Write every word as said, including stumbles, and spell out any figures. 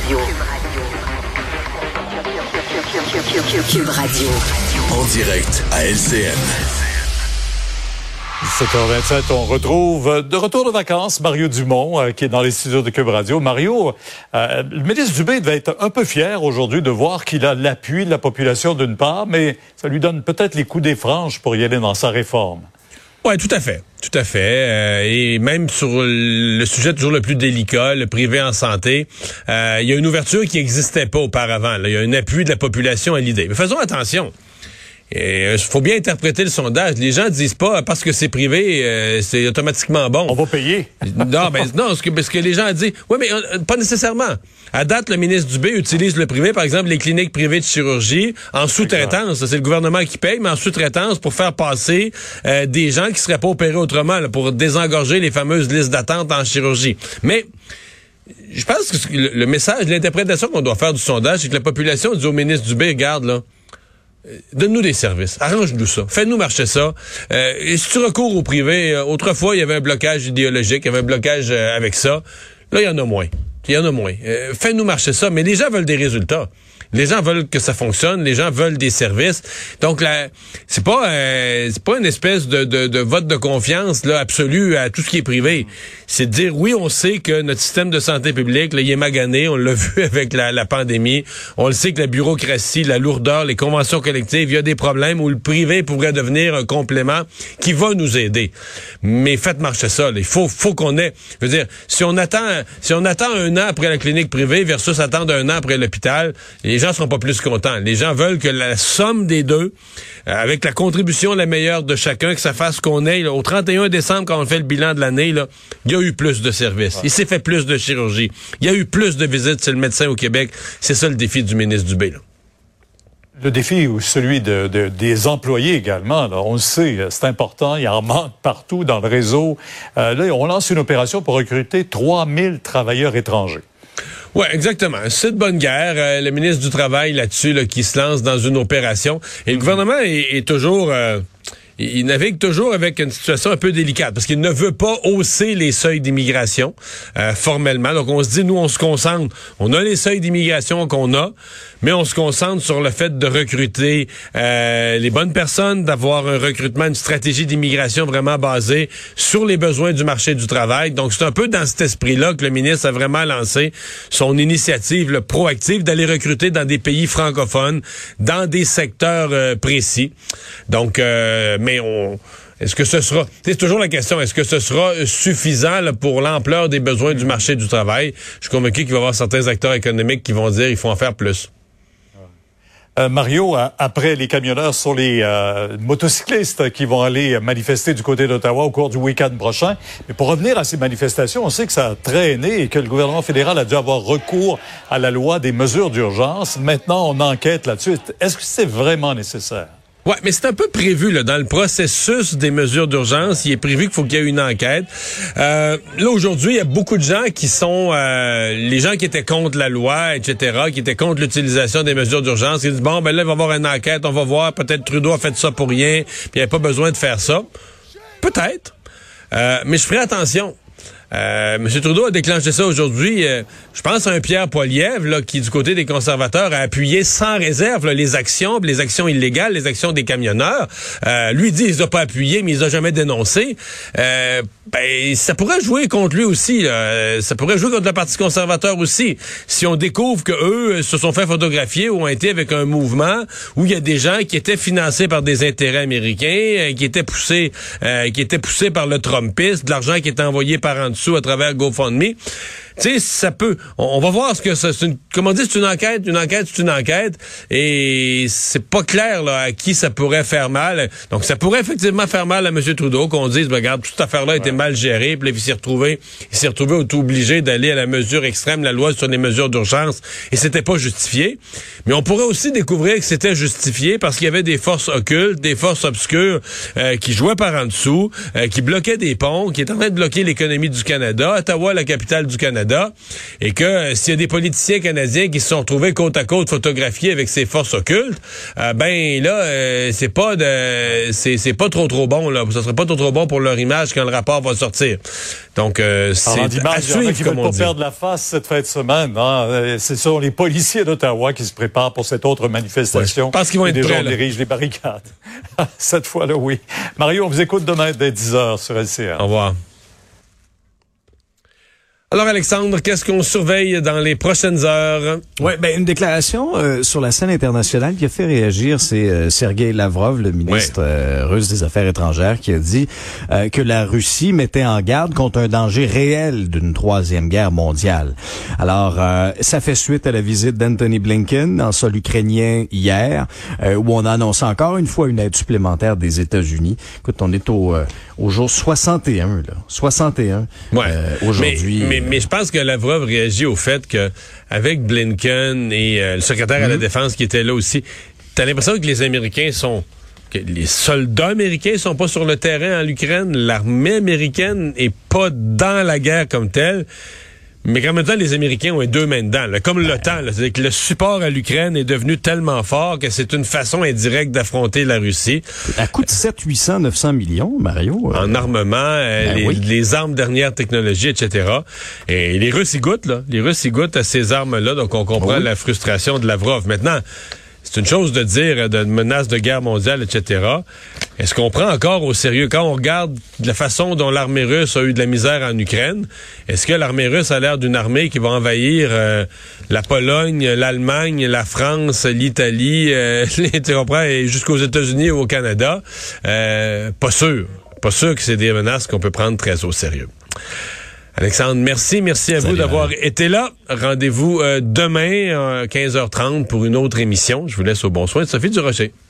Radio. Cube Radio. En direct à L C N. dix-sept heures vingt-sept, on retrouve de retour de vacances Mario Dumont euh, qui est dans les studios de Cube Radio. Mario, euh, le ministre Dubé devait être un peu fier aujourd'hui de voir qu'il a l'appui de la population d'une part, mais ça lui donne peut-être les coups des franges pour y aller dans sa réforme. Oui, tout à fait. Tout à fait. Euh, et même sur le sujet toujours le plus délicat, le privé en santé, euh, il y a une ouverture qui n'existait pas auparavant. Là. Il y a un appui de la population à l'idée. Mais faisons attention. Il faut bien interpréter le sondage. Les gens disent pas parce que c'est privé, euh, c'est automatiquement bon. On va payer. non, ben non, ce que, parce que les gens disent, oui, mais euh, pas nécessairement. À date, le ministre Dubé utilise le privé, par exemple, les cliniques privées de chirurgie en sous-traitance. C'est le gouvernement qui paye, mais en sous-traitance pour faire passer euh, des gens qui seraient pas opérés autrement, là, pour désengorger les fameuses listes d'attente en chirurgie. Mais je pense que le, le message, l'interprétation qu'on doit faire du sondage, c'est que la population dit au ministre Dubé, regarde là. Donne-nous des services, arrange-nous ça, fais-nous marcher ça. Euh, et si tu recours au privé, euh, autrefois, il y avait un blocage idéologique, il y avait un blocage euh, avec ça. Là, il y en a moins. Il y en a moins. Euh, fais-nous marcher ça, mais les gens veulent des résultats. Les gens veulent que ça fonctionne, les gens veulent des services. Donc là, c'est pas euh, c'est pas une espèce de, de, de vote de confiance là absolu à tout ce qui est privé. C'est de dire oui, on sait que notre système de santé publique, là, il est magané, on l'a vu avec la, la pandémie. On le sait que la bureaucratie, la lourdeur, les conventions collectives, il y a des problèmes où le privé pourrait devenir un complément qui va nous aider. Mais faites marcher ça. Là. Il faut faut qu'on ait. Je veux dire, si on attend si on attend un an après la clinique privée versus attendre un an après l'hôpital, les gens seront pas plus contents. Les gens veulent que la somme des deux, euh, avec la contribution la meilleure de chacun, que ça fasse qu'on ait, là, au trente et un décembre, quand on fait le bilan de l'année, là, il y a eu plus de services. Ouais. Il s'est fait plus de chirurgie. Il y a eu plus de visites chez le médecin au Québec. C'est ça le défi du ministre Dubé, là. Le défi, celui de, de, des employés également, là, on le sait, c'est important, il y en manque partout dans le réseau. Euh, là, on lance une opération pour recruter trois mille travailleurs étrangers. Oui, exactement. C'est de bonne guerre. Euh, le ministre du Travail là-dessus, là, qui se lance dans une opération. Et le gouvernement est, est toujours... Euh, il navigue toujours avec une situation un peu délicate parce qu'il ne veut pas hausser les seuils d'immigration euh, formellement. Donc, on se dit, nous, on se concentre. On a les seuils d'immigration qu'on a, mais on se concentre sur le fait de recruter euh, les bonnes personnes, d'avoir un recrutement, une stratégie d'immigration vraiment basée sur les besoins du marché du travail. Donc, c'est un peu dans cet esprit-là que le ministre a vraiment lancé son initiative là, proactive d'aller recruter dans des pays francophones, dans des secteurs euh, précis. Donc, euh, mais on... Est-ce que ce sera... C'est toujours la question, est-ce que ce sera suffisant là, pour l'ampleur des besoins du marché du travail? Je suis convaincu qu'il va y avoir certains acteurs économiques qui vont dire qu'il faut en faire plus. Euh, Mario, après les camionneurs, sur les euh, motocyclistes qui vont aller manifester du côté d'Ottawa au cours du week-end prochain. Mais pour revenir à ces manifestations, on sait que ça a traîné et que le gouvernement fédéral a dû avoir recours à la loi des mesures d'urgence. Maintenant, on enquête là-dessus. Est-ce que c'est vraiment nécessaire? Ouais, mais c'est un peu prévu là dans le processus des mesures d'urgence. Il est prévu qu'il faut qu'il y ait une enquête. Euh, là aujourd'hui, il y a beaucoup de gens qui sont euh, les gens qui étaient contre la loi, et cetera, qui étaient contre l'utilisation des mesures d'urgence. Ils disent bon, ben là, il va y avoir une enquête, on va voir. Peut-être Trudeau a fait ça pour rien, puis il n'y avait pas besoin de faire ça. Peut-être, euh, mais je ferai attention. Euh, M. Trudeau a déclenché ça aujourd'hui. Euh, je pense à un Pierre Poilievre là, qui, du côté des conservateurs, a appuyé sans réserve là, les actions, les actions illégales, les actions des camionneurs. Euh, lui dit qu'il les a pas appuyées, mais il les a jamais dénoncées. Euh, ben, ça pourrait jouer contre lui aussi. Là. Ça pourrait jouer contre le Parti conservateur aussi. Si on découvre que eux se sont fait photographier ou ont été avec un mouvement où il y a des gens qui étaient financés par des intérêts américains, euh, qui étaient poussés, euh, qui étaient poussés par le Trumpisme, de l'argent qui était envoyé par en dessous à travers GoFundMe. Tu sais, ça peut... On, on va voir ce que c'est. Une, comme on dit, c'est une enquête. Une enquête, c'est une enquête. Et c'est pas clair là, à qui ça pourrait faire mal. Donc, ça pourrait effectivement faire mal à M. Trudeau qu'on dise, ben, regarde, toute cette affaire-là ouais. était mal gérée. Puis là, il s'est retrouvé, il s'est retrouvé obligé d'aller à la mesure extrême, la loi sur les mesures d'urgence. Et c'était pas justifié. Mais on pourrait aussi découvrir que c'était justifié parce qu'il y avait des forces occultes, des forces obscures euh, qui jouaient par en dessous, euh, qui bloquaient des ponts, qui étaient en train de bloquer l'économie du Canada. Ottawa, la capitale du Canada. Canada, et que euh, s'il y a des politiciens canadiens qui se sont retrouvés côte à côte photographiés avec ces forces occultes, euh, ben là, euh, c'est pas de, c'est, c'est pas trop trop bon là, ça serait pas trop trop bon pour leur image quand le rapport va sortir. Donc euh, c'est à suivre, qui comme veulent on pas dit. perdre la face cette fin de semaine. Hein? Ce sont les policiers d'Ottawa qui se préparent pour cette autre manifestation. Ouais, je pense qu'ils vont être des prêts, gens là. dirigent les barricades. Cette fois-là, oui. Mario, on vous écoute demain dès dix heures sur L C N. Au revoir. Alors Alexandre, qu'est-ce qu'on surveille dans les prochaines heures? Oui, ben une déclaration euh, sur la scène internationale qui a fait réagir, c'est euh, Sergei Lavrov, le ministre ouais. euh, russe des Affaires étrangères, qui a dit euh, que la Russie mettait en garde contre un danger réel d'une troisième guerre mondiale. Alors, euh, ça fait suite à la visite d'Anthony Blinken en sol ukrainien hier, euh, où on annonce encore une fois une aide supplémentaire des États-Unis. Écoute, on est au, euh, au jour soixante et un, là. soixante et un ouais. euh, aujourd'hui. Mais, mais, mais je pense que Lavrov réagit au fait que avec Blinken et euh, le secrétaire mmh. à la Défense qui était là aussi, t'as l'impression que les Américains sont... que les soldats américains sont pas sur le terrain en Ukraine, l'armée américaine est pas dans la guerre comme telle. Mais en même temps, les Américains ont les deux mains dedans, là, comme l'OTAN. Là, c'est-à-dire que le support à l'Ukraine est devenu tellement fort que c'est une façon indirecte d'affronter la Russie. Ça coûte sept, huit cents, neuf cents millions, Mario. En euh... armement, euh, ben les, oui. les armes dernière technologie, et cetera. Et les Russes y goûtent, là. Les Russes y goûtent à ces armes-là, donc on comprend oui. la frustration de Lavrov. Maintenant, c'est une chose de dire de menace de guerre mondiale, et cetera. Est-ce qu'on prend encore au sérieux? Quand on regarde la façon dont l'armée russe a eu de la misère en Ukraine, est-ce que l'armée russe a l'air d'une armée qui va envahir euh, la Pologne, l'Allemagne, la France, l'Italie, euh, tu comprends, et jusqu'aux États-Unis ou au Canada? Euh, pas sûr. Pas sûr que c'est des menaces qu'on peut prendre très au sérieux. Alexandre, merci. Merci à Salut, vous d'avoir Alain. été là. Rendez-vous euh, demain, euh, quinze heures trente, pour une autre émission. Je vous laisse au bon soin de Sophie Durocher.